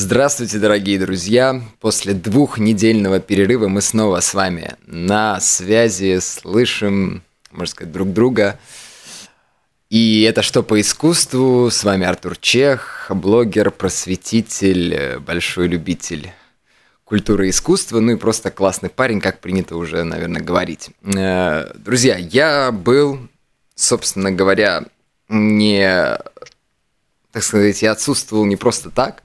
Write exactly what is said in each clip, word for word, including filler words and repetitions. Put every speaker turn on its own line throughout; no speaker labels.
Здравствуйте, дорогие друзья! После двухнедельного перерыва мы снова с вами на связи, слышим, можно сказать, друг друга. И это «Что по искусству?» С вами Артур Чех, блогер, просветитель, большой любитель культуры и искусства, ну и просто классный парень, как принято уже, наверное, говорить. Друзья, я был, собственно говоря, не, так сказать, я отсутствовал не просто так.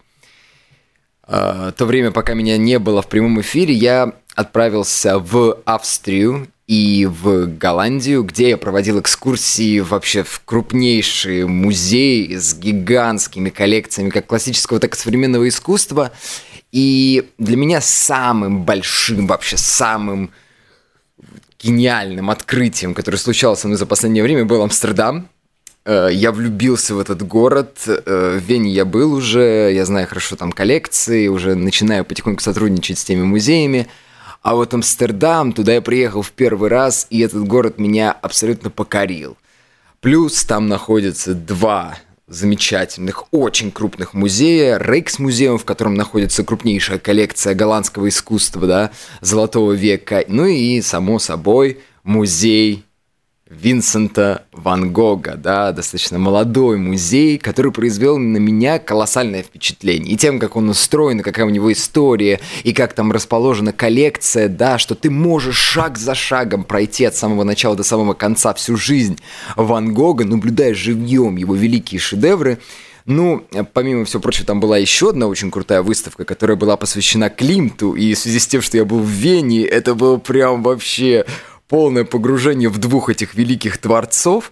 То время, пока меня не было в прямом эфире, я отправился в Австрию и в Голландию, где я проводил экскурсии вообще в крупнейшие музеи с гигантскими коллекциями как классического, так и современного искусства. И для меня самым большим, вообще самым гениальным открытием, которое случалось со мной за последнее время, был Амстердам. Я влюбился в этот город, в Вене я был уже, я знаю хорошо там коллекции, уже начинаю потихоньку сотрудничать с теми музеями, а вот Амстердам, туда я приехал в первый раз, и этот город меня абсолютно покорил. Плюс там находятся два замечательных, очень крупных музея, Рейхсмузеум, в котором находится крупнейшая коллекция голландского искусства, да, Золотого века, ну и, само собой, музей Винсента ван Гога, да, достаточно молодой музей, который произвел на меня колоссальное впечатление. И тем, как он устроен, какая у него история, и как там расположена коллекция, да, что ты можешь шаг за шагом пройти от самого начала до самого конца всю жизнь Ван Гога, наблюдая живьем его великие шедевры. Ну, помимо всего прочего, там была еще одна очень крутая выставка, которая была посвящена Климту, и в связи с тем, что я был в Вене, это было прям вообще полное погружение в двух этих великих творцов.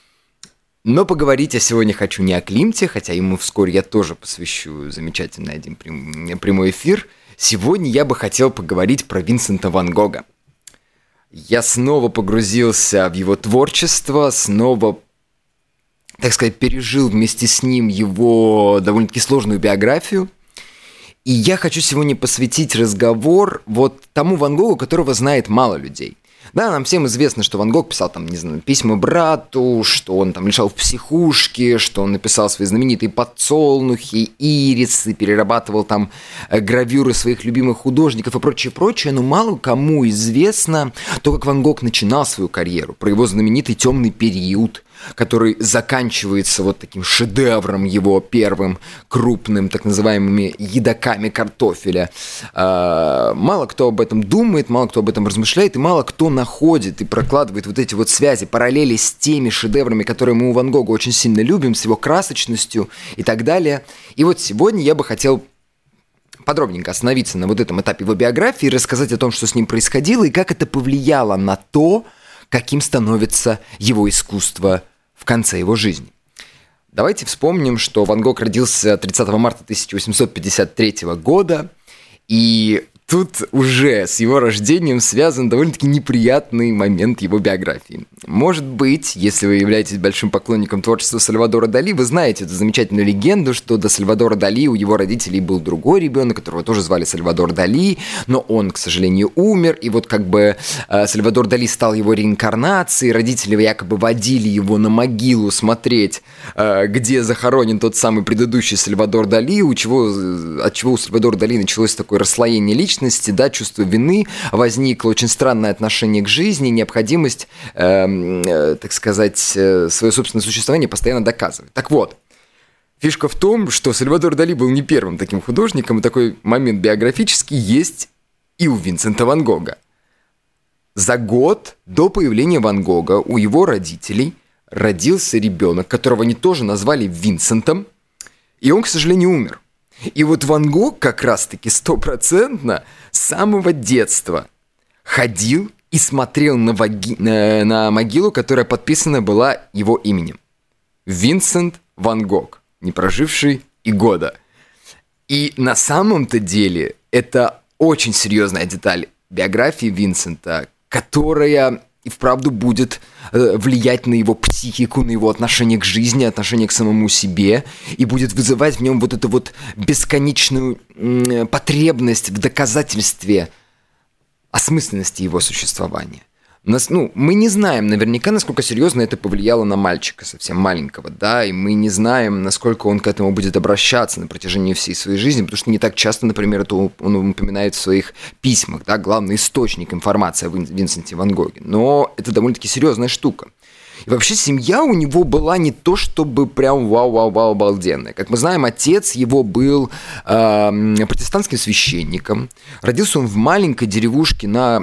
Но поговорить я сегодня хочу не о Климте, хотя ему вскоре я тоже посвящу замечательный один прямой эфир. Сегодня я бы хотел поговорить про Винсента ван Гога. Я снова погрузился в его творчество, снова, так сказать, пережил вместе с ним его довольно-таки сложную биографию. И я хочу сегодня посвятить разговор вот тому Ван Гогу, которого знает мало людей. Да, нам всем известно, что Ван Гог писал там, не знаю, письма брату, что он там лежал в психушке, что он написал свои знаменитые подсолнухи, ирисы, перерабатывал там гравюры своих любимых художников и прочее, прочее, но мало кому известно то, как Ван Гог начинал свою карьеру, про его знаменитый темный период, который заканчивается вот таким шедевром его первым крупным, так называемыми едоками картофеля. Мало кто об этом думает, мало кто об этом размышляет, и мало кто находит и прокладывает вот эти вот связи, параллели с теми шедеврами, которые мы у Ван Гога очень сильно любим, с его красочностью и так далее. И вот сегодня я бы хотел подробненько остановиться на вот этом этапе его биографии, рассказать о том, что с ним происходило и как это повлияло на то, каким становится его искусство в конце его жизни. Давайте вспомним, что Ван Гог родился тридцатого марта тысяча восемьсот пятьдесят третьего года, и тут уже с его рождением связан довольно-таки неприятный момент его биографии. Может быть, если вы являетесь большим поклонником творчества Сальвадора Дали, вы знаете эту замечательную легенду, что до Сальвадора Дали у его родителей был другой ребенок, которого тоже звали Сальвадор Дали, но он, к сожалению, умер, и вот как бы э, Сальвадор Дали стал его реинкарнацией, родители якобы водили его на могилу смотреть, э, где захоронен тот самый предыдущий Сальвадор Дали, у чего, от чего у Сальвадора Дали началось такое расслоение личности, да, чувство вины, возникло очень странное отношение к жизни, необходимость, э, э, так сказать, э, свое собственное существование постоянно доказывать. Так вот, фишка в том, что Сальвадор Дали был не первым таким художником, и такой момент биографический есть и у Винсента ван Гога. За год до появления Ван Гога у его родителей родился ребенок, которого они тоже назвали Винсентом, и он, к сожалению, умер. И вот Ван Гог как раз-таки стопроцентно с самого детства ходил и смотрел на, ваги... на, на могилу, которая подписана была его именем. Винсент ван Гог, не проживший и года. И на самом-то деле это очень серьезная деталь биографии Винсента, которая и вправду будет э, влиять на его психику, на его отношение к жизни, отношение к самому себе, и будет вызывать в нем вот эту вот бесконечную э, потребность в доказательстве осмысленности его существования. Нас, ну, мы не знаем наверняка, насколько серьезно это повлияло на мальчика совсем маленького, да, и мы не знаем, насколько он к этому будет обращаться на протяжении всей своей жизни, потому что не так часто, например, это он упоминает в своих письмах, да, главный источник информации о Винсенте Ван Гоге. Но это довольно-таки серьезная штука. И вообще семья у него была не то чтобы прям вау-вау-вау обалденная. Как мы знаем, отец его был э, протестантским священником. Родился он в маленькой деревушке на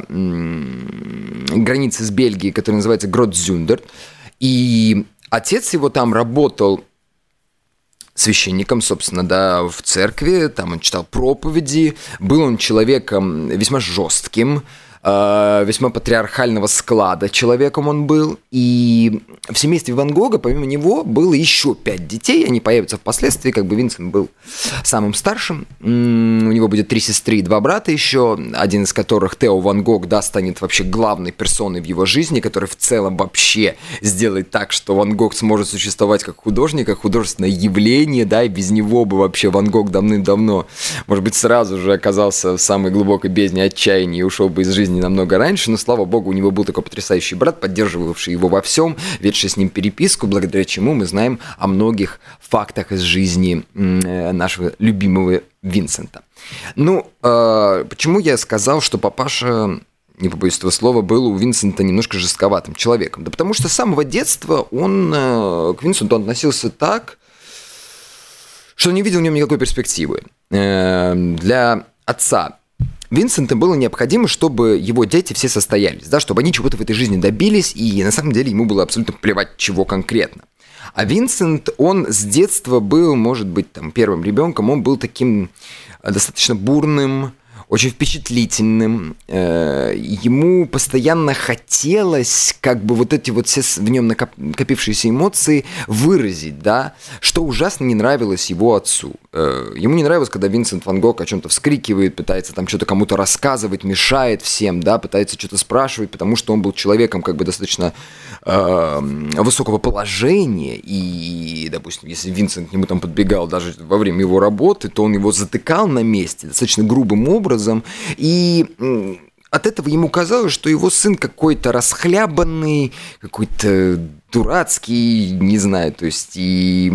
э, границе с Бельгией, которая называется Гротзюндерт. И отец его там работал священником, собственно, да, в церкви. Там он читал проповеди. Был он человеком весьма жестким, весьма патриархального склада человеком он был. И в семействе Ван Гога, помимо него, было еще пять детей. Они появятся впоследствии, как бы Винсент был самым старшим. У него будет три сестры и два брата еще, один из которых, Тео Ван Гог, да, станет вообще главной персоной в его жизни, который в целом вообще сделает так, что Ван Гог сможет существовать как художник, как художественное явление, да, и без него бы вообще Ван Гог давным-давно, может быть, сразу же оказался в самой глубокой бездне отчаяния и ушел бы из жизни намного раньше, но, слава богу, у него был такой потрясающий брат, поддерживавший его во всем, ведший с ним переписку, благодаря чему мы знаем о многих фактах из жизни нашего любимого Винсента. Ну, э, почему я сказал, что папаша, не побоюсь этого слова, был у Винсента немножко жестковатым человеком? Да потому что с самого детства он э, к Винсенту относился так, что не видел в нем никакой перспективы. Э, для отца Винсенту было необходимо, чтобы его дети все состоялись, да, чтобы они чего-то в этой жизни добились, и на самом деле ему было абсолютно плевать, чего конкретно. А Винсент, он с детства был, может быть, там, первым ребенком, он был таким достаточно бурным, очень впечатлительным. Ему постоянно хотелось как бы вот эти вот все в нем накопившиеся эмоции выразить, да, что ужасно не нравилось его отцу. Ему не нравилось, когда Винсент Ван Гог о чем-то вскрикивает, пытается там что-то кому-то рассказывать, мешает всем, да, пытается что-то спрашивать, потому что он был человеком как бы достаточно э, высокого положения, и, допустим, если Винсент к нему там подбегал даже во время его работы, то он его затыкал на месте достаточно грубым образом, и от этого ему казалось, что его сын какой-то расхлябанный, какой-то дурацкий, не знаю, то есть и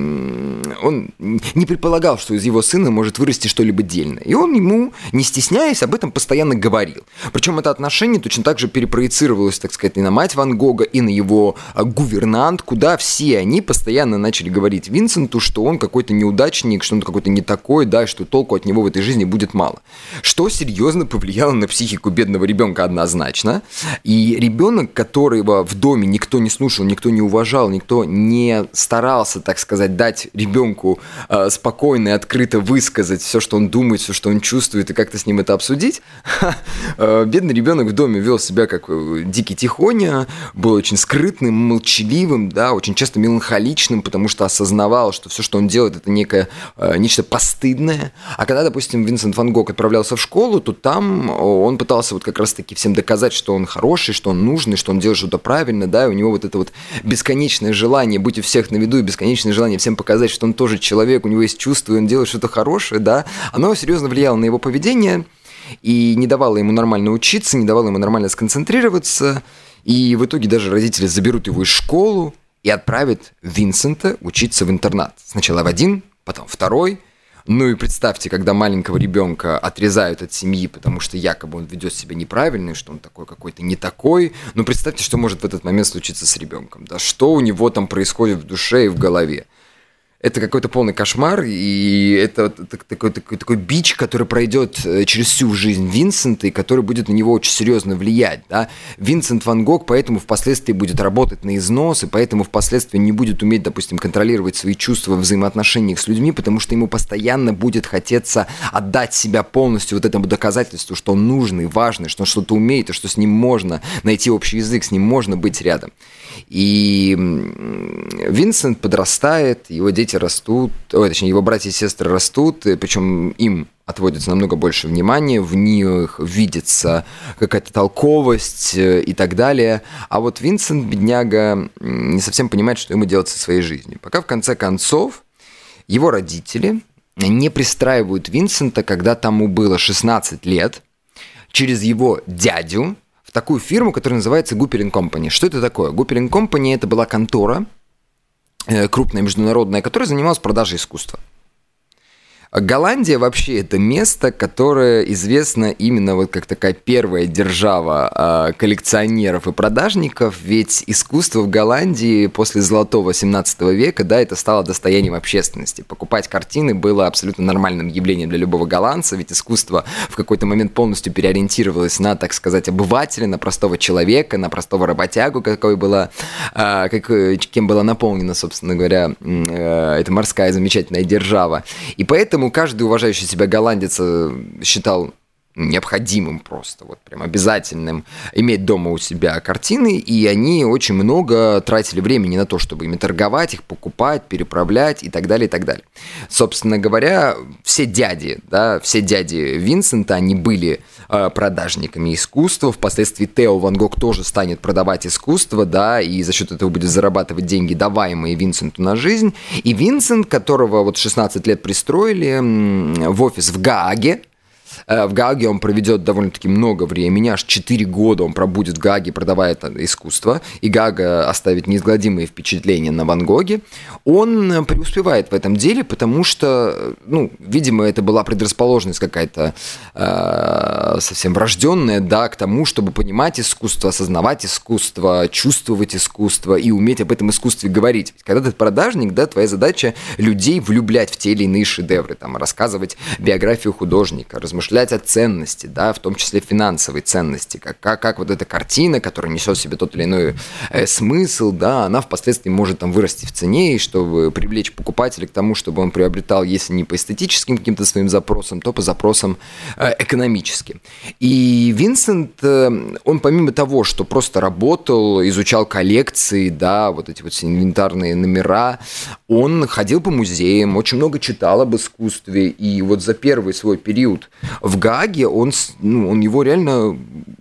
он не предполагал, что из его сына может вырасти что-либо дельное. И он ему, не стесняясь, об этом постоянно говорил. Причем это отношение точно так же перепроецировалось, так сказать, и на мать Ван Гога, и на его гувернантку, да, все они постоянно начали говорить Винсенту, что он какой-то неудачник, что он какой-то не такой, да, что толку от него в этой жизни будет мало. Что серьезно повлияло на психику бедного ребенка однозначно. И ребенок, которого в доме никто не слушал, никто не уважал, никто не старался, так сказать, дать ребенку э, спокойно и открыто высказать все, что он думает, все, что он чувствует, и как-то с ним это обсудить. Э, бедный ребенок в доме вел себя как дикий тихоня, был очень скрытным, молчаливым, да, очень часто меланхоличным, потому что осознавал, что все, что он делает, это некое, э, нечто постыдное. А когда, допустим, Винсент Ван Гог отправлялся в школу, то там он пытался вот как раз-таки всем доказать, что он хороший, что он нужный, что он делает что-то правильно, да, и у него вот это вот бесконечное желание быть у всех на виду и бесконечное желание всем показать, что он тоже человек, у него есть чувства, и он делает что-то хорошее, да, оно серьезно влияло на его поведение и не давало ему нормально учиться, не давало ему нормально сконцентрироваться, и в итоге даже родители заберут его из школы и отправят Винсента учиться в интернат. Сначала в один, потом второй. Ну и представьте, когда маленького ребенка отрезают от семьи, потому что якобы он ведет себя неправильно, что он такой какой-то не такой. Ну представьте, что может в этот момент случиться с ребенком, да, что у него там происходит в душе и в голове. Это какой-то полный кошмар, и это такой, такой, такой бич, который пройдет через всю жизнь Винсента, и который будет на него очень серьезно влиять. Да? Винсент Ван Гог поэтому впоследствии будет работать на износ, и поэтому впоследствии не будет уметь, допустим, контролировать свои чувства в взаимоотношениях с людьми, потому что ему постоянно будет хотеться отдать себя полностью вот этому доказательству, что он нужный, важный, что он что-то умеет, и что с ним можно найти общий язык, с ним можно быть рядом. И Винсент подрастает, его дети растут, ой, точнее, его братья и сестры растут, причем им отводится намного больше внимания, в них видится какая-то толковость и так далее. А вот Винсент, бедняга, не совсем понимает, что ему делать со своей жизнью. Пока в конце концов его родители не пристраивают Винсента, когда тому было шестнадцать лет, через его дядю, в такую фирму, которая называется Гупер энд Компани. Что это такое? Гупер энд Компани – это была контора, крупная международная, которая занималась продажей искусства. Голландия вообще это место, которое известно именно вот как такая первая держава э, коллекционеров и продажников, ведь искусство в Голландии после золотого семнадцатого века, да, это стало достоянием общественности. Покупать картины было абсолютно нормальным явлением для любого голландца, ведь искусство в какой-то момент полностью переориентировалось на, так сказать, обывателя, на простого человека, на простого работягу, какой была, э, как, кем была наполнена, собственно говоря, э, эта морская замечательная держава. И поэтому каждый уважающий себя голландец считал необходимым просто, вот прям обязательным иметь дома у себя картины, и они очень много тратили времени на то, чтобы ими торговать, их покупать, переправлять и так далее, и так далее. Собственно говоря, все дяди, да, все дяди Винсента, они были э, продажниками искусства, впоследствии Тео Ван Гог тоже станет продавать искусство, да, и за счет этого будет зарабатывать деньги, даваемые Винсенту на жизнь, и Винсент, которого вот шестнадцать лет пристроили в офис в Гааге. В Гааге он проведет довольно-таки много времени, аж четыре года он пробудет в Гааге, продавая это искусство, и Гаага оставит неизгладимые впечатления на Ван Гоге. Он преуспевает в этом деле, потому что, ну, видимо, это была предрасположенность какая-то э, совсем врожденная, да, к тому, чтобы понимать искусство, осознавать искусство, чувствовать искусство и уметь об этом искусстве говорить. Ведь когда ты продажник, да, твоя задача людей влюблять в те или иные шедевры, там, рассказывать биографию художника, размышлять о ценности, да, в том числе финансовой ценности, как, как, как вот эта картина, которая несет в себе тот или иной э, смысл, да, она впоследствии может там вырасти в цене, и чтобы привлечь покупателя к тому, чтобы он приобретал, если не по эстетическим каким-то своим запросам, то по запросам э, экономическим. И Винсент, э, он помимо того, что просто работал, изучал коллекции, да, вот эти вот все инвентарные номера, он ходил по музеям, очень много читал об искусстве, и вот за первый свой период в Гааге он, ну, он его реально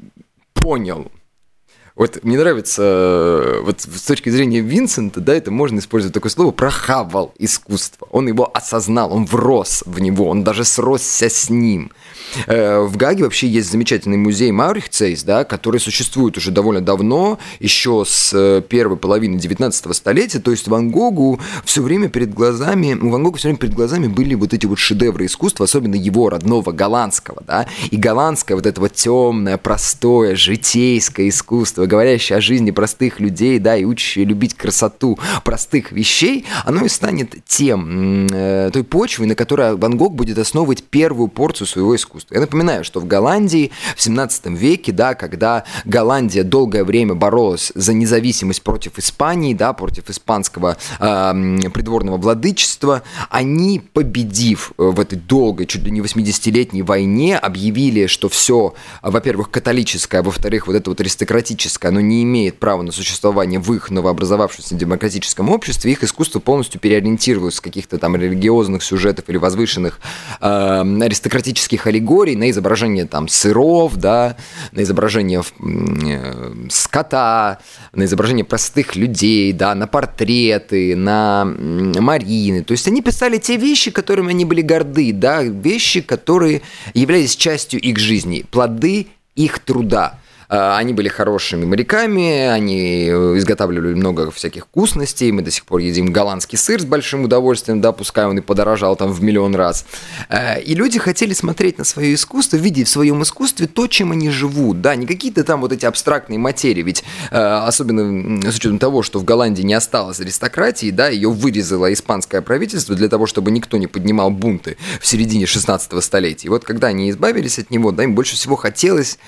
понял. Вот мне нравится, вот с точки зрения Винсента, да, это можно использовать такое слово, прохавал искусство. Он его осознал, он врос в него, он даже сросся с ним. В Гааге вообще есть замечательный музей Маурихтсейс, да, который существует уже довольно давно, еще с первой половины девятнадцатого столетия, то есть Ван Гогу все время перед глазами, у Ван Гога все время перед глазами были вот эти вот шедевры искусства, особенно его родного голландского, да, и голландское вот это вот темное, простое, житейское искусство, говорящее о жизни простых людей, да, и учащее любить красоту простых вещей, оно и станет тем, э, той почвой, на которой Ван Гог будет основывать первую порцию своего искусства. Я напоминаю, что в Голландии в семнадцатом веке, да, когда Голландия долгое время боролась за независимость против Испании, да, против испанского э, придворного владычества, они, победив в этой долгой, чуть ли не восьмидесятилетней войне, объявили, что все, во-первых, католическое, а во-вторых, вот это вот аристократическое, оно не имеет права на существование в их новообразовавшемся демократическом обществе, их искусство полностью переориентировалось с каких-то там религиозных сюжетов или возвышенных э, аристократических аллегорий на изображение там сыров, да, на изображение э, скота, на изображение простых людей, да, на портреты, на э, Марины. То есть они писали те вещи, которыми они были горды, да, вещи, которые являлись частью их жизни, плоды их труда. Они были хорошими моряками, они изготавливали много всяких вкусностей, мы до сих пор едим голландский сыр с большим удовольствием, да, пускай он и подорожал там в миллион раз. И люди хотели смотреть на свое искусство, видеть в своем искусстве то, чем они живут, да, не какие-то там вот эти абстрактные материи, ведь особенно с учетом того, что в Голландии не осталось аристократии, да, ее вырезало испанское правительство для того, чтобы никто не поднимал бунты в середине шестнадцатого столетия. И вот когда они избавились от него, да, им больше всего хотелось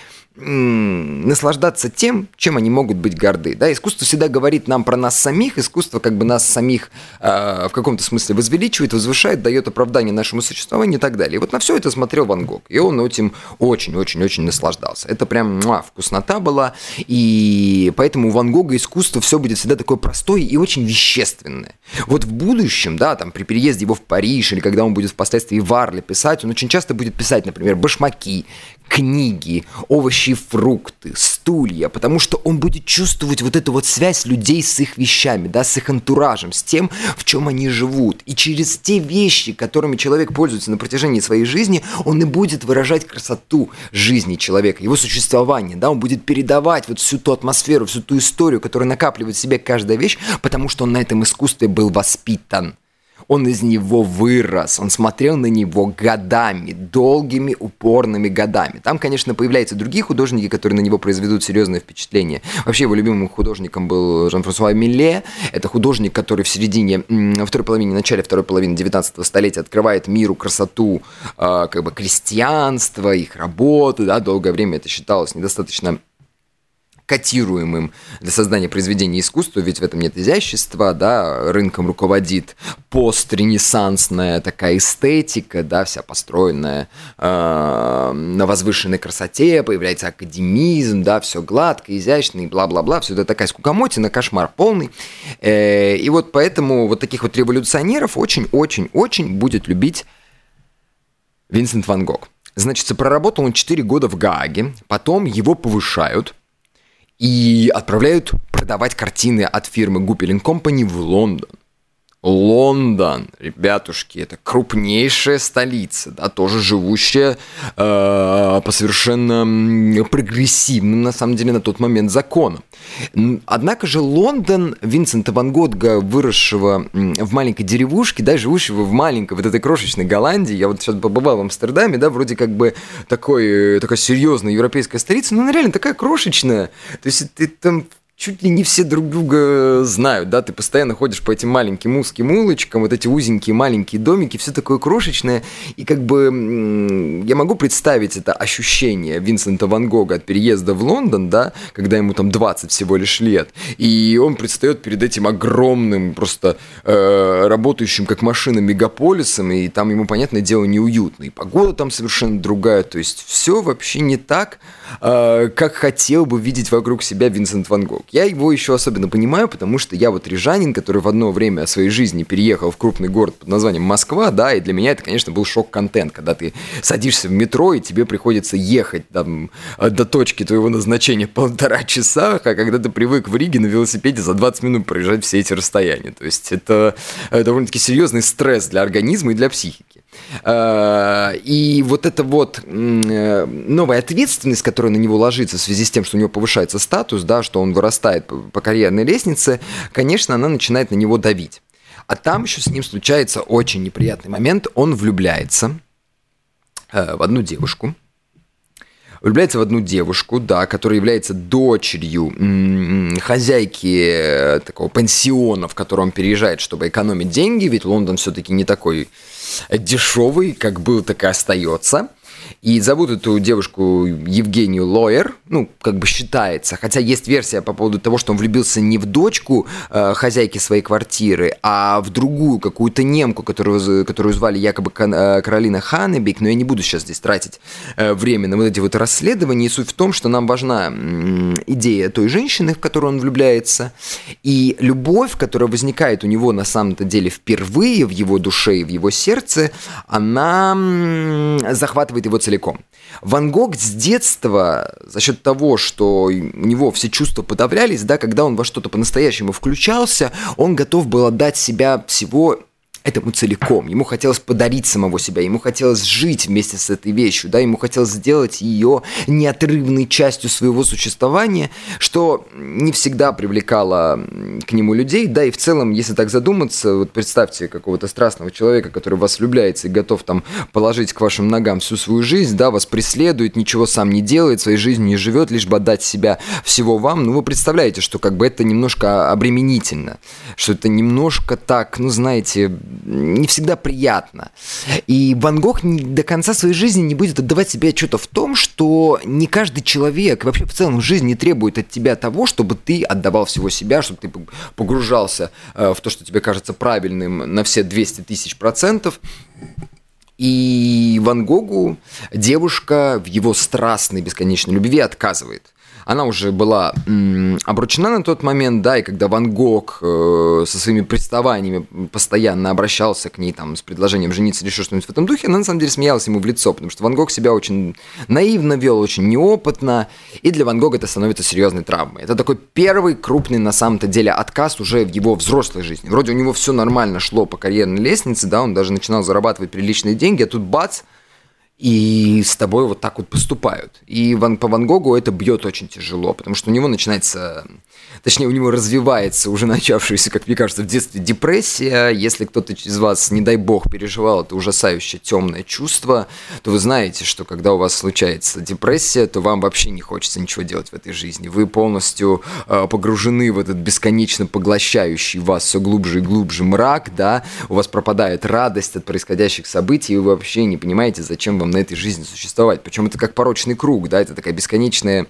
наслаждаться тем, чем они могут быть горды. Да, искусство всегда говорит нам про нас самих, искусство как бы нас самих э, в каком-то смысле возвеличивает, возвышает, дает оправдание нашему существованию и так далее. И вот на все это смотрел Ван Гог, и он этим очень-очень-очень наслаждался. Это прям муа, вкуснота была, и поэтому у Ван Гога искусство все будет всегда такое простое и очень вещественное. Вот в будущем, да, там при переезде его в Париж, или когда он будет впоследствии в Арле писать, он очень часто будет писать, например, башмаки, книги, овощи и фрукты, стулья, потому что он будет чувствовать вот эту вот связь людей с их вещами, да, с их антуражем, с тем, в чем они живут. И через те вещи, которыми человек пользуется на протяжении своей жизни, он и будет выражать красоту жизни человека, его существования, да, он будет передавать вот всю ту атмосферу, всю ту историю, которую накапливает в себе каждая вещь, потому что он на этом искусстве был воспитан. Он из него вырос, он смотрел на него годами, долгими, упорными годами. Там, конечно, появляются другие художники, которые на него произведут серьезное впечатление. Вообще его любимым художником был Жан-Франсуа Милле. Это художник, который в середине, во второй половине, начале второй половины девятнадцатого столетия открывает миру красоту э, как бы крестьянства, их работы. Да, долгое время это считалось недостаточно котируемым для создания произведений искусства, ведь в этом нет изящества, да, рынком руководит постренессансная такая эстетика, да, вся построенная э, на возвышенной красоте, появляется академизм, да, все гладко, изящно и бла-бла-бла, все это такая скукомотина, кошмар полный, э, и вот поэтому вот таких вот революционеров очень-очень-очень будет любить Винсент Ван Гог. Значит, проработал он четыре года в Гааге, потом его повышают, и отправляют продавать картины от фирмы Goupil энд Company в Лондон. Лондон, ребятушки, это крупнейшая столица, да, тоже живущая э, по совершенно прогрессивным, на самом деле, на тот момент законам. Однако же Лондон Винсента Ван Гога, выросшего в маленькой деревушке, да, живущего в маленькой вот этой крошечной Голландии, я вот сейчас побывал в Амстердаме, да, вроде как бы такой, такая серьезная европейская столица, но она реально такая крошечная, то есть ты там чуть ли не все друг друга знают, да, ты постоянно ходишь по этим маленьким узким улочкам, вот эти узенькие маленькие домики, все такое крошечное, и как бы я могу представить это ощущение Винсента Ван Гога от переезда в Лондон, да, когда ему там двадцать всего лишь лет, и он предстает перед этим огромным, просто э, работающим как машина мегаполисом, и там ему, понятное дело, неуютно, и погода там совершенно другая, то есть все вообще не так, э, как хотел бы видеть вокруг себя Винсент Ван Гог. Я его еще особенно понимаю, потому что я вот рижанин, который в одно время своей жизни переехал в крупный город под названием Москва, да, и для меня это, конечно, был шок-контент, когда ты садишься в метро, и тебе приходится ехать там до точки твоего назначения полтора часа, а когда ты привык в Риге на велосипеде за двадцать минут проезжать все эти расстояния. То есть это довольно-таки серьезный стресс для организма и для психики. И вот эта вот новая ответственность, которая на него ложится в связи с тем, что у него повышается статус, да, что он вырастает по карьерной лестнице, конечно, она начинает на него давить. А там еще с ним случается очень неприятный момент. Он влюбляется в одну девушку. Влюбляется в одну девушку, да, которая является дочерью м-м, хозяйки такого пансиона, в который он переезжает, чтобы экономить деньги, ведь Лондон все-таки не такой дешевый, как был, так и остается. И зовут эту девушку Евгению Лоер, ну, как бы считается, хотя есть версия по поводу того, что он влюбился не в дочку э, хозяйки своей квартиры, а в другую какую-то немку, которую, которую звали якобы Каролина Ханебек, но я не буду сейчас здесь тратить э, время на вот эти вот расследования, и суть в том, что нам важна м- идея той женщины, в которую он влюбляется, и любовь, которая возникает у него на самом-то деле впервые в его душе и в его сердце, она м- захватывает его целиком. Ван Гог с детства, за счет того, что у него все чувства подавлялись, да, когда он во что-то по-настоящему включался, он готов был отдать себя всего этому целиком. Ему хотелось подарить самого себя, ему хотелось жить вместе с этой вещью, да, ему хотелось сделать ее неотрывной частью своего существования, что не всегда привлекало к нему людей, да, и в целом, если так задуматься, вот представьте какого-то страстного человека, который в вас влюбляется и готов там положить к вашим ногам всю свою жизнь, да, вас преследует, ничего сам не делает, своей жизнью не живет, лишь бы отдать себя всего вам, ну, вы представляете, что как бы это немножко обременительно, что это немножко так, ну, знаете, не всегда приятно. И Ван Гог до конца своей жизни не будет отдавать себе отчета в том, что не каждый человек, вообще в целом жизнь не требует от тебя того, чтобы ты отдавал всего себя, чтобы ты погружался в то, что тебе кажется правильным на все двести тысяч процентов. И Ван Гогу девушка в его страстной бесконечной любви отказывает. она уже была м, обручена на тот момент, да, и когда Ван Гог э, со своими приставаниями постоянно обращался к ней там с предложением жениться или еще что-нибудь в этом духе, она на самом деле смеялась ему в лицо, потому что Ван Гог себя очень наивно вел, очень неопытно, и для Ван Гога это становится серьезной травмой. Это такой первый крупный на самом-то деле отказ уже в его взрослой жизни. Вроде у него все нормально шло по карьерной лестнице, да, он даже начинал зарабатывать приличные деньги, а тут бац, и с тобой вот так вот поступают. И Ван, по Ван Гогу это бьет очень тяжело, потому что у него начинается, точнее, у него развивается уже начавшаяся, как мне кажется, в детстве депрессия. Если кто-то из вас, не дай бог, переживал это ужасающее темное чувство, то вы знаете, что когда у вас случается депрессия, то вам вообще не хочется ничего делать в этой жизни. Вы полностью э, погружены в этот бесконечно поглощающий вас все глубже и глубже мрак, да, у вас пропадает радость от происходящих событий, и вы вообще не понимаете, зачем вам на этой жизни существовать. Причем это как порочный круг, да, это такая бесконечная,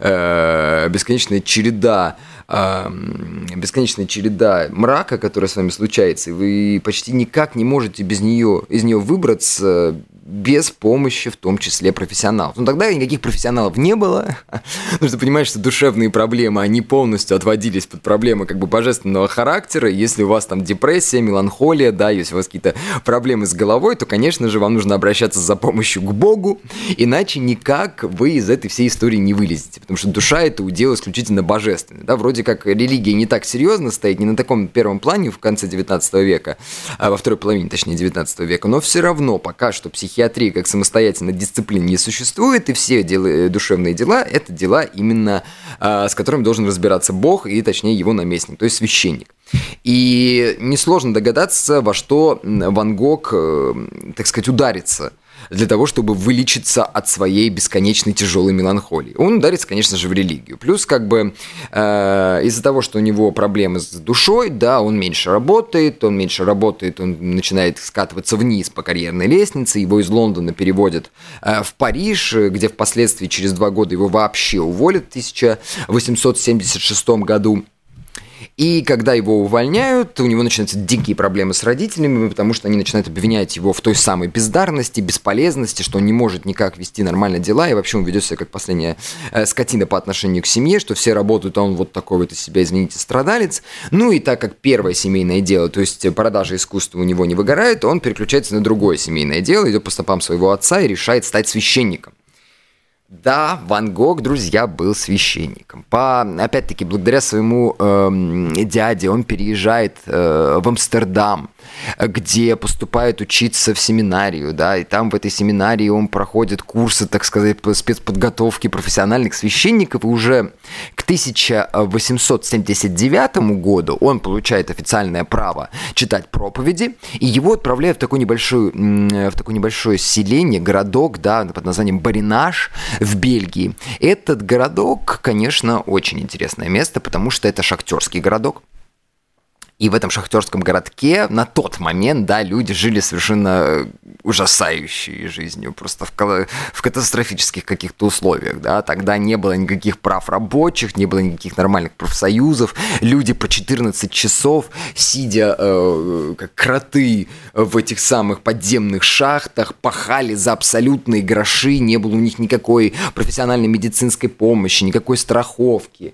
э, бесконечная череда, э, бесконечная череда мрака, которая с вами случается, и вы почти никак не можете без нее, из нее выбраться без помощи, в том числе профессионалов. Но тогда никаких профессионалов не было, потому что понимаешь, что душевные проблемы, они полностью отводились под проблемы как бы божественного характера. Если у вас там депрессия, меланхолия, да, если у вас какие-то проблемы с головой, то, конечно же, вам нужно обращаться за помощью к Богу, иначе никак вы из этой всей истории не вылезете, потому что душа – это удел исключительно божественный. Да? Вроде как религия не так серьезно стоит, не на таком первом плане в конце девятнадцатого века, а во второй половине, точнее, девятнадцатого века, но все равно пока что психиатрия Психиатрия как самостоятельная дисциплина не существует, и все дела, душевные дела – это дела именно, а, с которыми должен разбираться Бог, и точнее его наместник, то есть священник. И несложно догадаться, во что Ван Гог, так сказать, ударится для того, чтобы вылечиться от своей бесконечной тяжелой меланхолии. Он ударится, конечно же, в религию. Плюс, как бы, э, из-за того, что у него проблемы с душой, да, он меньше работает, он меньше работает, он начинает скатываться вниз по карьерной лестнице, его из Лондона переводят э, в Париж, где впоследствии через два года его вообще уволят в тысяча восемьсот семьдесят шестом году. И когда его увольняют, у него начинаются дикие проблемы с родителями, потому что они начинают обвинять его в той самой бездарности, бесполезности, что он не может никак вести нормально дела, и вообще он ведет себя как последняя э, скотина по отношению к семье, что все работают, а он вот такой вот из себя, извините, страдалец. Ну и так как первое семейное дело, то есть продажа искусства у него не выгорает, он переключается на другое семейное дело, идет по стопам своего отца и решает стать священником. Да, Ван Гог, друзья, был священником. По, опять-таки, благодаря своему э, дяде он переезжает э, в Амстердам, где поступает учиться в семинарию, да, и там в этой семинарии он проходит курсы, так сказать, по спецподготовки профессиональных священников, и уже к тысяча восемьсот семьдесят девятому году он получает официальное право читать проповеди, и его отправляют в такое небольшое, в такое небольшое селение, городок, да, под названием Баринаж в Бельгии. Этот городок, конечно, очень интересное место, потому что это шахтерский городок. И в этом шахтерском городке на тот момент, да, люди жили совершенно ужасающей жизнью, просто в, в катастрофических каких-то условиях, да. Тогда не было никаких прав рабочих, не было никаких нормальных профсоюзов. Люди по четырнадцать часов, сидя э, как кроты в этих самых подземных шахтах, пахали за абсолютные гроши, не было у них никакой профессиональной медицинской помощи, никакой страховки.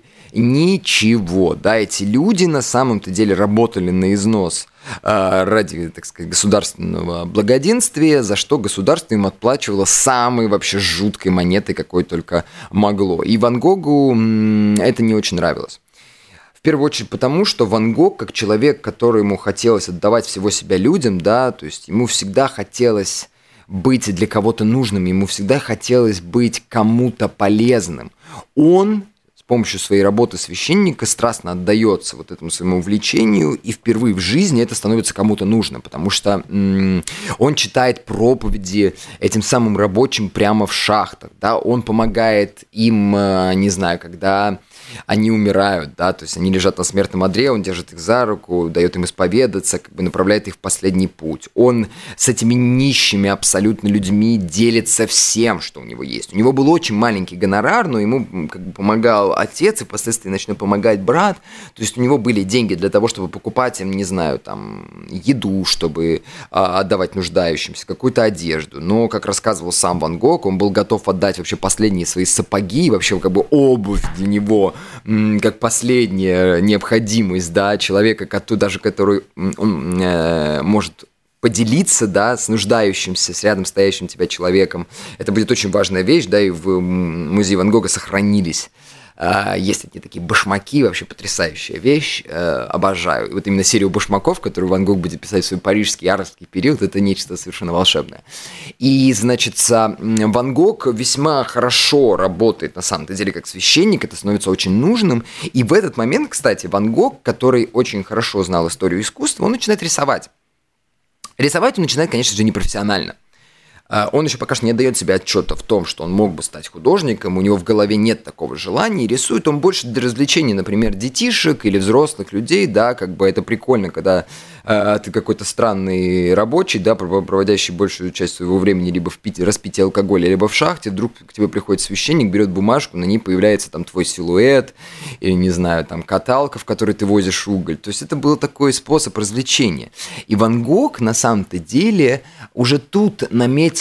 Ничего, да, эти люди на самом-то деле работали на износ э, ради, так сказать, государственного благоденствия, за что государство им отплачивало самой вообще жуткой монетой, какой только могло. И Ван Гогу м- это не очень нравилось. В первую очередь потому, что Ван Гог, как человек, которому хотелось отдавать всего себя людям, да, то есть ему всегда хотелось быть для кого-то нужным, ему всегда хотелось быть кому-то полезным. Он с помощью своей работы священника страстно отдается вот этому своему увлечению, и впервые в жизни это становится кому-то нужно, потому что м- он читает проповеди этим самым рабочим прямо в шахтах, да, он помогает им, э, не знаю, когда они умирают, да, то есть они лежат на смертном одре, он держит их за руку, дает им исповедаться, как бы направляет их в последний путь. Он с этими нищими абсолютно людьми делится всем, что у него есть. У него был очень маленький гонорар, но ему как бы помогал отец, и впоследствии начнет помогать брат. То есть у него были деньги для того, чтобы покупать им, не знаю, там, еду, чтобы а, отдавать нуждающимся, какую-то одежду. Но, как рассказывал сам Ван Гог, он был готов отдать вообще последние свои сапоги, вообще как бы обувь для него, как последняя необходимость, да, человека, который, даже который он, э, может поделиться, да, с нуждающимся, с рядом стоящим тебя человеком. Это будет очень важная вещь, да, и в музее Ван Гога сохранились. Есть одни такие башмаки, вообще потрясающая вещь, обожаю. И вот именно серию башмаков, которую Ван Гог будет писать в свой парижский арабский период, это нечто совершенно волшебное. И, значит, Ван Гог весьма хорошо работает, на самом деле, как священник, это становится очень нужным. И в этот момент, кстати, Ван Гог, который очень хорошо знал историю искусства, он начинает рисовать. Рисовать он начинает, конечно же, непрофессионально. Он еще пока что не отдает себе отчета в том, что он мог бы стать художником, у него в голове нет такого желания, и рисует он больше для развлечений, например, детишек или взрослых людей, да, как бы это прикольно, когда э, ты какой-то странный рабочий, да, проводящий большую часть своего времени либо в пить, распитии алкоголя, либо в шахте, вдруг к тебе приходит священник, берет бумажку, на ней появляется там твой силуэт, или, не знаю, там каталка, в которой ты возишь уголь, то есть это был такой способ развлечения. И Ван Гог, на самом-то деле, уже тут наметил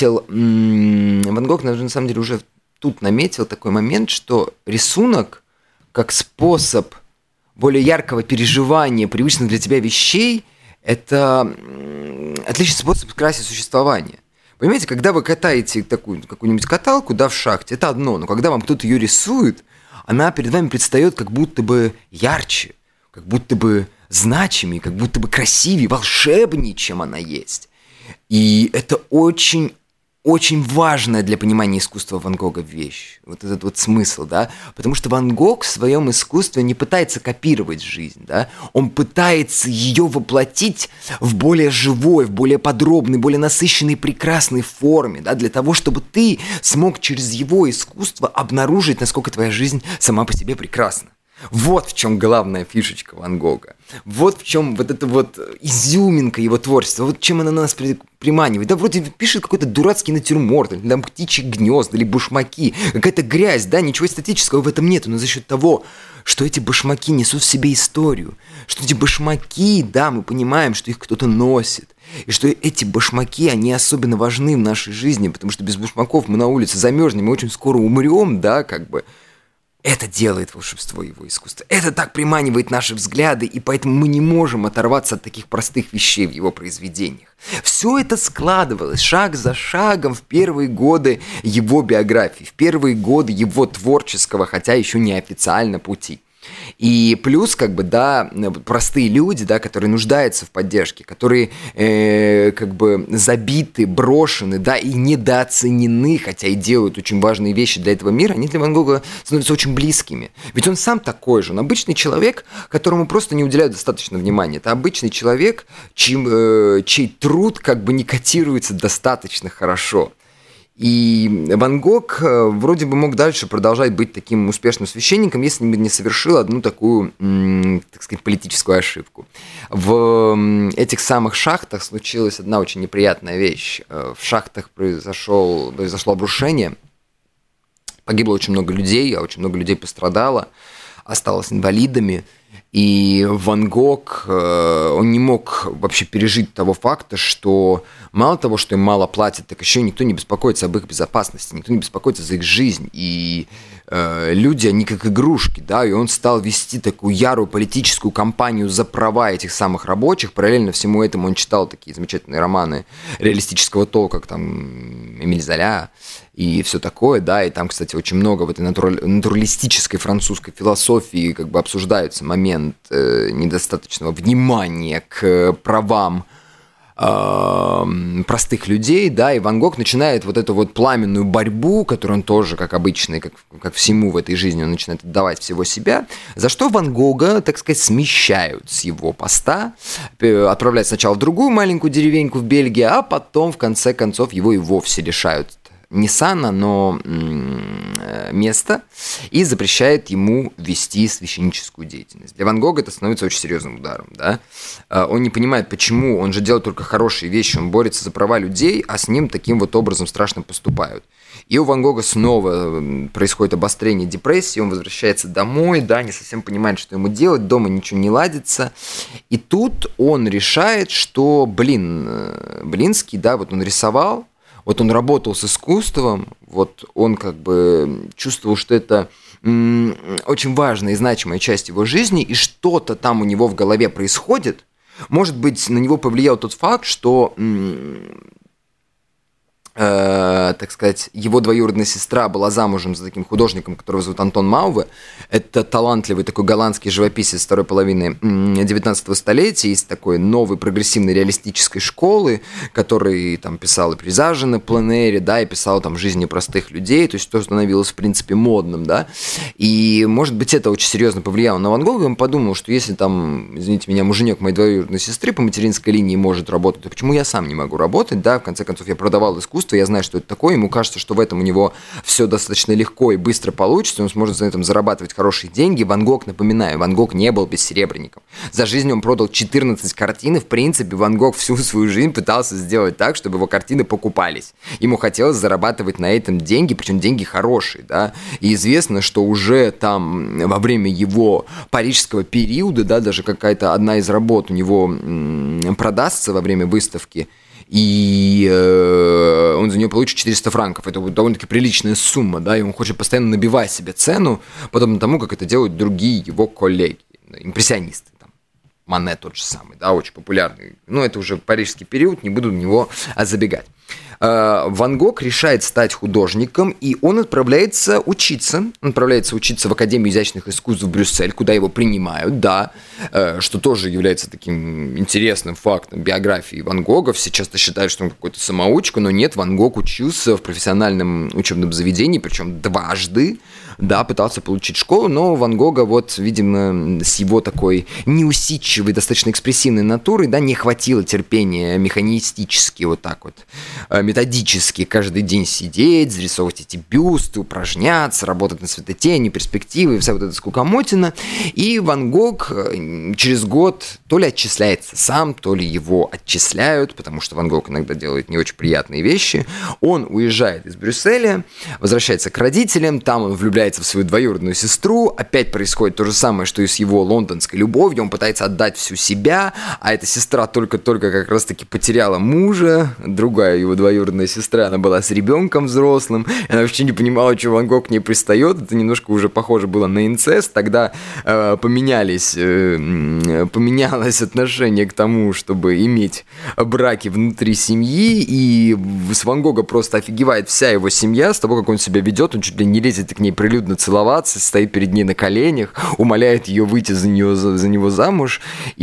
Ван Гог, на самом деле, уже тут наметил такой момент, что рисунок как способ более яркого переживания привычных для тебя вещей – это отличный способ скрасить существование. Понимаете, когда вы катаете такую какую-нибудь каталку, да, в шахте, это одно, но когда вам кто-то ее рисует, она перед вами предстает как будто бы ярче, как будто бы значимее, как будто бы красивее, волшебнее, чем она есть. И это очень очень важная для понимания искусства Ван Гога вещь, вот этот вот смысл, да, потому что Ван Гог в своем искусстве не пытается копировать жизнь, да, он пытается ее воплотить в более живой, в более подробной, более насыщенной, прекрасной форме, да, для того, чтобы ты смог через его искусство обнаружить, насколько твоя жизнь сама по себе прекрасна. Вот в чем главная фишечка Ван Гога. Вот в чем вот эта вот изюминка его творчества. Вот чем она нас приманивает. Да вроде пишет какой-то дурацкий натюрморт, или там птичьи гнезда, или башмаки. Какая-то грязь, да, ничего эстетического в этом нет. Но за счет того, что эти башмаки несут в себе историю, что эти башмаки, да, мы понимаем, что их кто-то носит. И что эти башмаки, они особенно важны в нашей жизни, потому что без башмаков мы на улице замерзнем, мы очень скоро умрем, да, как бы. Это делает волшебство его искусства. Это так приманивает наши взгляды, и поэтому мы не можем оторваться от таких простых вещей в его произведениях. Все это складывалось шаг за шагом в первые годы его биографии, в первые годы его творческого, хотя еще неофициально, пути. И плюс, как бы, да, простые люди, да, которые нуждаются в поддержке, которые э, как бы забиты, брошены, да, и недооценены, хотя и делают очень важные вещи для этого мира, они для Ван Гога становятся очень близкими. Ведь он сам такой же, он обычный человек, которому просто не уделяют достаточно внимания. Это обычный человек, чьим, э, чей труд как бы не котируется достаточно хорошо. И Ван Гог вроде бы мог дальше продолжать быть таким успешным священником, если бы не совершил одну такую, так сказать, политическую ошибку. В этих самых шахтах случилась одна очень неприятная вещь. В шахтах произошло, произошло обрушение, погибло очень много людей, а очень много людей пострадало, осталось инвалидами. И Ван Гог, он не мог вообще пережить того факта, что мало того, что им мало платят, так еще никто не беспокоится об их безопасности, никто не беспокоится за их жизнь. И э, люди, они как игрушки, да, и он стал вести такую ярую политическую кампанию за права этих самых рабочих. Параллельно всему этому он читал такие замечательные романы реалистического толка, как там Эмиль Золя и все такое, да, и там, кстати, очень много в этой натуралистической французской философии как бы обсуждается момент э, недостаточного внимания к правам э, простых людей, да, и Ван Гог начинает вот эту вот пламенную борьбу, которую он тоже, как обычно, как, как всему в этой жизни, он начинает отдавать всего себя, за что Ван Гога, так сказать, смещают с его поста, отправляют сначала в другую маленькую деревеньку в Бельгии, а потом, в конце концов, его и вовсе лишают не сана, но место и запрещает ему вести священническую деятельность. Для Ван Гога это становится очень серьезным ударом. Да? Он не понимает, почему, он же делает только хорошие вещи, он борется за права людей, а с ним таким вот образом страшно поступают. И у Ван Гога снова происходит обострение депрессии, он возвращается домой, да, не совсем понимает, что ему делать, дома ничего не ладится. И тут он решает, что, блин, Белинский, да, вот он рисовал, вот он работал с искусством, вот он как бы чувствовал, что это м- очень важная и значимая часть его жизни, и что-то там у него в голове происходит. Может быть, на него повлиял тот факт, что... М- Э, так сказать, его двоюродная сестра была замужем за таким художником, которого зовут Антон Мауве. Это талантливый такой голландский живописец второй половины девятнадцатого столетия, из такой новой прогрессивной реалистической школы, который там писал и пейзажи на пленэре, да, и писал там жизни простых людей, то есть то становилось в принципе модным, да. И, может быть, это очень серьезно повлияло на Ван Гога, и он подумал, что если там, извините меня, муженек моей двоюродной сестры по материнской линии может работать, то почему я сам не могу работать, да, в конце концов я продавал искусство, я знаю, что это такое, ему кажется, что в этом у него все достаточно легко и быстро получится, он сможет за этом зарабатывать хорошие деньги. Ван Гог, напоминаю, Ван Гог не был бессеребренником. За жизнь он продал четырнадцать картин, и, в принципе, Ван Гог всю свою жизнь пытался сделать так, чтобы его картины покупались. Ему хотелось зарабатывать на этом деньги, причем деньги хорошие, да, и известно, что уже там во время его парижского периода, да, даже какая-то одна из работ у него м- продастся во время выставки, и э, он за нее получит четыреста франков. Это довольно-таки приличная сумма, да, и он хочет постоянно набивать себе цену, подобно тому, как это делают другие его коллеги, импрессионисты. Там, Мане тот же самый, да, очень популярный. Но это уже парижский период, не буду в него забегать. Ван Гог решает стать художником, и он отправляется учиться. Он отправляется учиться в Академию изящных искусств в Брюссель, куда его принимают, да, что тоже является таким интересным фактом биографии Ван Гога. Все часто считают, что он какой-то самоучка, но нет, Ван Гог учился в профессиональном учебном заведении, причем дважды, да, пытался получить школу, но Ван Гога, вот, видимо, с его такой неусидчивой, достаточно экспрессивной натурой, да, не хватило терпения механистически вот так вот, методически каждый день сидеть, зарисовывать эти бюсты, упражняться, работать на светотени, перспективы, вся вот эта скукомотина. И Ван Гог через год то ли отчисляется сам, то ли его отчисляют, потому что Ван Гог иногда делает не очень приятные вещи. Он уезжает из Брюсселя, возвращается к родителям, там он влюбляется в свою двоюродную сестру, опять происходит то же самое, что и с его лондонской любовью, он пытается отдать всю себя, а эта сестра только-только как раз-таки потеряла мужа, другая его двоюродная сестра, она была с ребенком взрослым, она вообще не понимала, что Ван Гог к ней пристает, это немножко уже похоже было на инцест, тогда э, поменялись, э, поменялось отношение к тому, чтобы иметь браки внутри семьи, и с Ван Гога просто офигевает вся его семья с того, как он себя ведет, он чуть ли не лезет к ней прилюдно целоваться, стоит перед ней на коленях, умоляет ее выйти за, нее, за, за него замуж,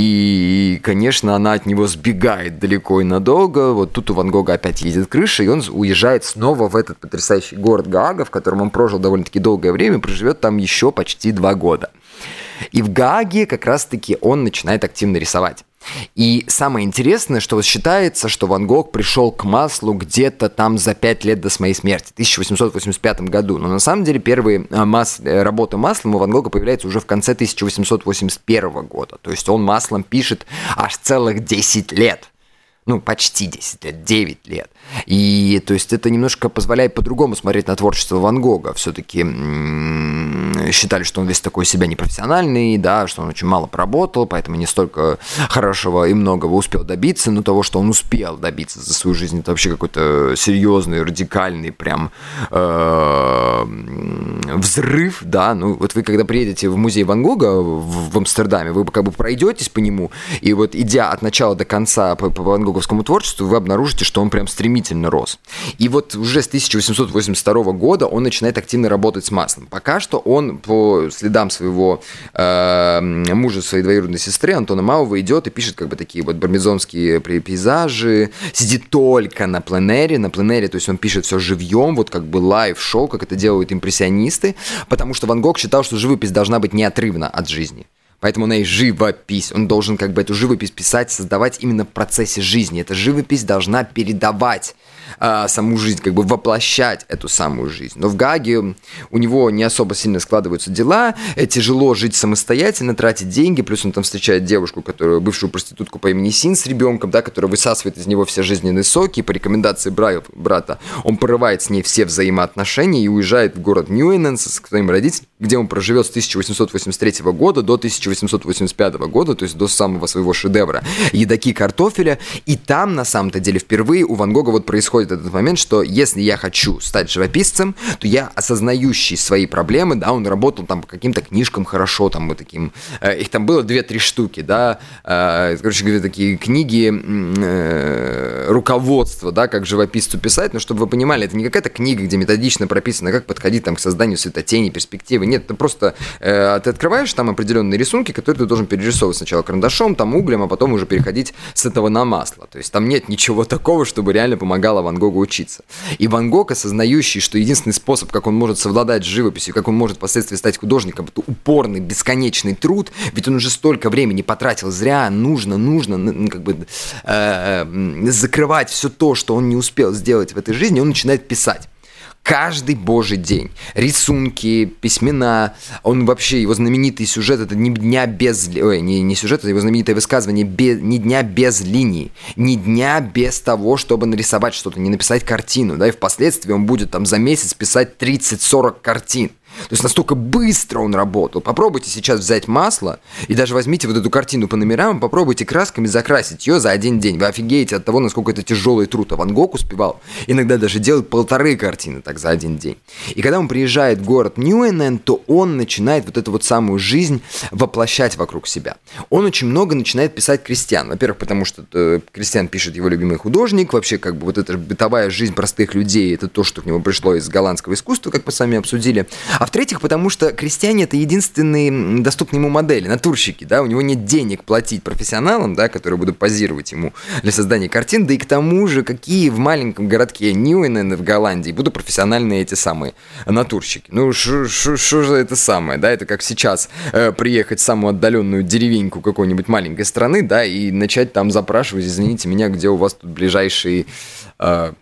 и, конечно, она от него сбегает далеко и надолго, вот тут у Ван Гога опять едет крыша, и он уезжает снова в этот потрясающий город Гаага, в котором он прожил довольно-таки долгое время, проживет там еще почти два года. И в Гааге как раз-таки он начинает активно рисовать. И самое интересное, что вот считается, что Ван Гог пришел к маслу где-то там за пять лет до своей смерти, в тысяча восемьсот восемьдесят пятом году. Но на самом деле первые мас... работы маслом у Ван Гога появляются уже в конце тысяча восемьсот восемьдесят первого года. То есть он маслом пишет аж целых десять лет. Ну, почти десять лет, девять лет. И, то есть, это немножко позволяет по-другому смотреть на творчество Ван Гога. Все-таки м- считали, что он весь такой себя непрофессиональный, да, что он очень мало поработал, поэтому не столько хорошего и многого успел добиться, но того, что он успел добиться за свою жизнь, это вообще какой-то серьезный, радикальный прям э- взрыв, да. Ну, вот вы, когда приедете в музей Ван Гога в, в Амстердаме, вы как бы пройдетесь по нему, и вот идя от начала до конца по, по Ван Гоговскому творчеству, вы обнаружите, что он прям стремительно рос. И вот уже с тысяча восемьсот восемьдесят второго года он начинает активно работать с маслом. Пока что он по следам своего э, мужа, своей двоюродной сестры Антона Маува идет и пишет как бы такие вот бармезонские пейзажи, сидит только на пленэре, на пленэре, то есть он пишет все живьем, вот как бы лайв-шоу, как это делают импрессионисты, потому что Ван Гог считал, что живопись должна быть неотрывна от жизни. Поэтому она и живопись. Он должен как бы эту живопись писать, создавать именно в процессе жизни. Эта живопись должна передавать а, саму жизнь, как бы воплощать эту самую жизнь. Но в Гааге у него не особо сильно складываются дела, тяжело жить самостоятельно, тратить деньги, плюс он там встречает девушку, которую, бывшую проститутку по имени Син с ребенком, да, которая высасывает из него все жизненные соки, и по рекомендации брата он порывает с ней все взаимоотношения и уезжает в город Ньюинен со своим родителем, где он проживет с тысяча восемьсот восемьдесят третьего года до тысяча восемьсот восемьдесят пятого года, то есть до самого своего шедевра «Едоки картофеля». И там, на самом-то деле, впервые у Ван Гога вот происходит этот момент, что если я хочу стать живописцем, то я, осознающий свои проблемы, да, он работал там по каким-то книжкам хорошо, там вот таким, э, их там было две-три штуки, да, э, короче говоря, такие книги, э, руководства, да, как живописцу писать, но чтобы вы понимали, это не какая-то книга, где методично прописано, как подходить там к созданию светотени, перспективы, нет, это просто э, ты открываешь там определенные рисунки, которые ты должен перерисовывать сначала карандашом, там углем, а потом уже переходить с этого на масло. То есть там нет ничего такого, чтобы реально помогало Ван Гогу учиться. И Ван Гог, осознающий, что единственный способ, как он может совладать с живописью, как он может впоследствии стать художником, это упорный, бесконечный труд, ведь он уже столько времени потратил зря, нужно, нужно, ну, как бы э, закрывать все то, что он не успел сделать в этой жизни, он начинает писать. Каждый божий день. Рисунки, письмена. Он вообще, его знаменитый сюжет, это «Ни дня без...» Ой, не, не сюжет, это его знаменитое высказывание без, «Ни дня без линий». Ни дня без того, чтобы нарисовать что-то, не написать картину. Да, и впоследствии он будет там за месяц писать тридцать-сорок картин. То есть настолько быстро он работал. Попробуйте сейчас взять масло и даже возьмите вот эту картину по номерам, попробуйте красками закрасить ее за один день. Вы офигеете от того, насколько это тяжелый труд. А Ван Гог успевал иногда даже делать полторы картины так за один день. И когда он приезжает в город Ньюинен, то он начинает вот эту вот самую жизнь воплощать вокруг себя. Он очень много начинает писать крестьян. Во-первых, потому что э, крестьян пишет его любимый художник. Вообще, как бы вот эта бытовая жизнь простых людей, это то, что к нему пришло из голландского искусства, как мы сами обсудили. А в-третьих, потому что крестьяне – это единственные доступные ему модели, натурщики, да, у него нет денег платить профессионалам, да, которые будут позировать ему для создания картин, да и к тому же, какие в маленьком городке Ньюинен в Голландии будут профессиональные эти самые натурщики. Ну, что же это самое, да, это как сейчас э, приехать в самую отдаленную деревеньку какой-нибудь маленькой страны, да, и начать там запрашивать, извините меня, где у вас тут ближайший... Э,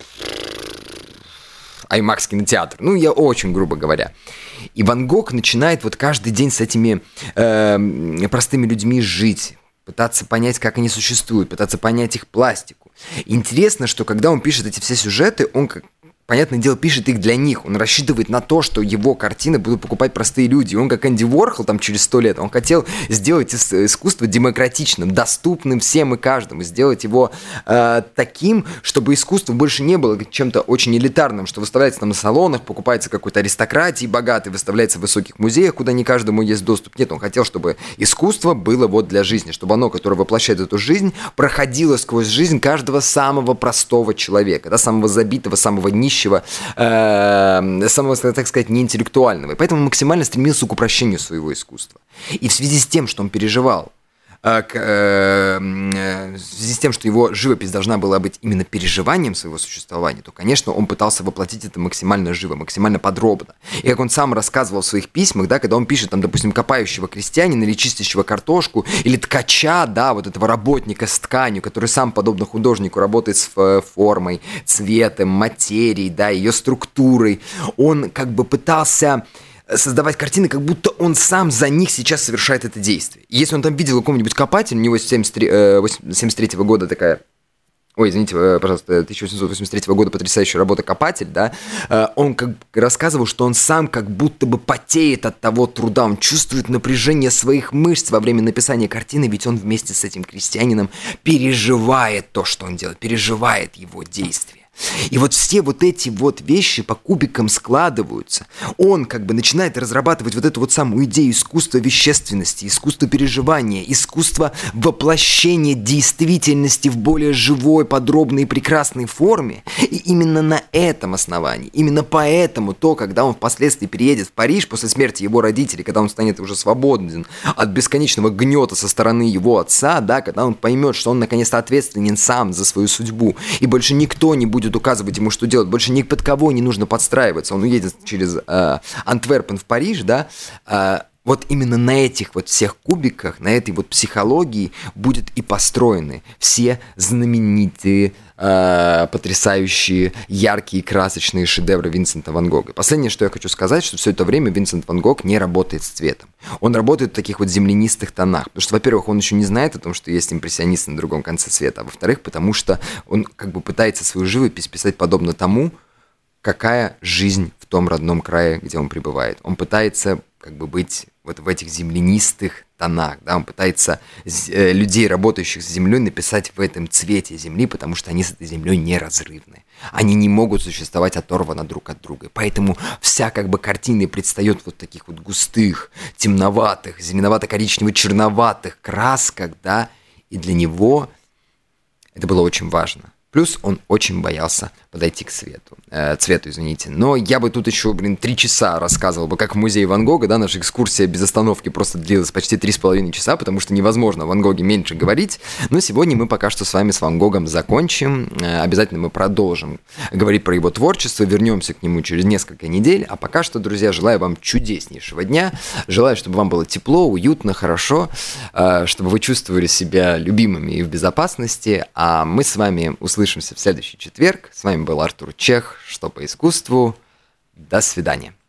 Аймакс кинотеатр. Ну, я очень грубо говоря. И Ван Гог начинает вот каждый день с этими э, простыми людьми жить, пытаться понять, как они существуют, пытаться понять их пластику. Интересно, что когда он пишет эти все сюжеты, он, как понятное дело, пишет их для них. Он рассчитывает на то, что его картины будут покупать простые люди. И он, как Энди Уорхол, там, через сто лет, он хотел сделать искусство демократичным, доступным всем и каждому, сделать его э, таким, чтобы искусство больше не было чем-то очень элитарным, что выставляется там на салонах, покупается какой-то аристократии богатой, выставляется в высоких музеях, куда не каждому есть доступ. Нет, он хотел, чтобы искусство было вот для жизни, чтобы оно, которое воплощает эту жизнь, проходило сквозь жизнь каждого самого простого человека, да, самого забитого, самого нищего, Э, самого, так сказать, неинтеллектуального. И поэтому максимально стремился к упрощению своего искусства. И в связи с тем, что он переживал, э, к, э, в связи с тем, что его живопись должна была быть именно переживанием своего существования, то, конечно, он пытался воплотить это максимально живо, максимально подробно. И как он сам рассказывал в своих письмах, да, когда он пишет, там, допустим, копающего крестьянина или чистящего картошку, или ткача, да, вот этого работника с тканью, который сам, подобно художнику, работает с формой, цветом, материей, да, ее структурой, он как бы пытался создавать картины, как будто он сам за них сейчас совершает это действие. И если он там видел какого-нибудь копателя, у него с семьдесят третьего года такая... Ой, извините, пожалуйста, тысяча восемьсот восемьдесят третьего года потрясающая работа «Копатель», да, он как рассказывал, что он сам как будто бы потеет от того труда, он чувствует напряжение своих мышц во время написания картины, ведь он вместе с этим крестьянином переживает то, что он делает, переживает его действия. И вот все вот эти вот вещи по кубикам складываются. Он как бы начинает разрабатывать вот эту вот самую идею искусства вещественности, искусства переживания, искусства воплощения действительности в более живой, подробной и прекрасной форме. И именно на этом основании, именно поэтому то, когда он впоследствии переедет в Париж после смерти его родителей, когда он станет уже свободен от бесконечного гнета со стороны его отца, да, когда он поймет, что он наконец-то ответственен сам за свою судьбу, и больше никто не будет указывать ему, что делать, больше ни под кого не нужно подстраиваться, он уедет через э, Антверпен в Париж, да, э, вот именно на этих вот всех кубиках, на этой вот психологии будет и построены все знаменитые, э, потрясающие, яркие, красочные шедевры Винсента Ван Гога. Последнее, что я хочу сказать, что все это время Винсент Ван Гог не работает с цветом. Он работает в таких вот землянистых тонах. Потому что, во-первых, он еще не знает о том, что есть импрессионисты на другом конце света. А во-вторых, потому что он как бы пытается свою живопись писать подобно тому, какая жизнь в том родном крае, где он пребывает. Он пытается как бы быть вот в этих землянистых тонах, да, он пытается э, людей, работающих с землей, написать в этом цвете земли, потому что они с этой землей неразрывны. Они не могут существовать оторванно друг от друга. Поэтому вся как бы картина предстает вот в таких вот густых, темноватых, зеленовато-коричнево-черноватых красках, да, и для него это было очень важно. Плюс он очень боялся подойти к свету, э, цвету, извините. Но я бы тут еще, блин, три часа рассказывал бы, как в музее Ван Гога, да, наша экскурсия без остановки просто длилась почти три с половиной часа, потому что невозможно о Ван Гоге меньше говорить. Но сегодня мы пока что с вами с Ван Гогом закончим. Э, обязательно мы продолжим говорить про его творчество, вернемся к нему через несколько недель. А пока что, друзья, желаю вам чудеснейшего дня. Желаю, чтобы вам было тепло, уютно, хорошо, э, чтобы вы чувствовали себя любимыми и в безопасности. А мы с вами услышим Услышимся в следующий четверг. С вами был Артур Чех. Что по искусству. До свидания.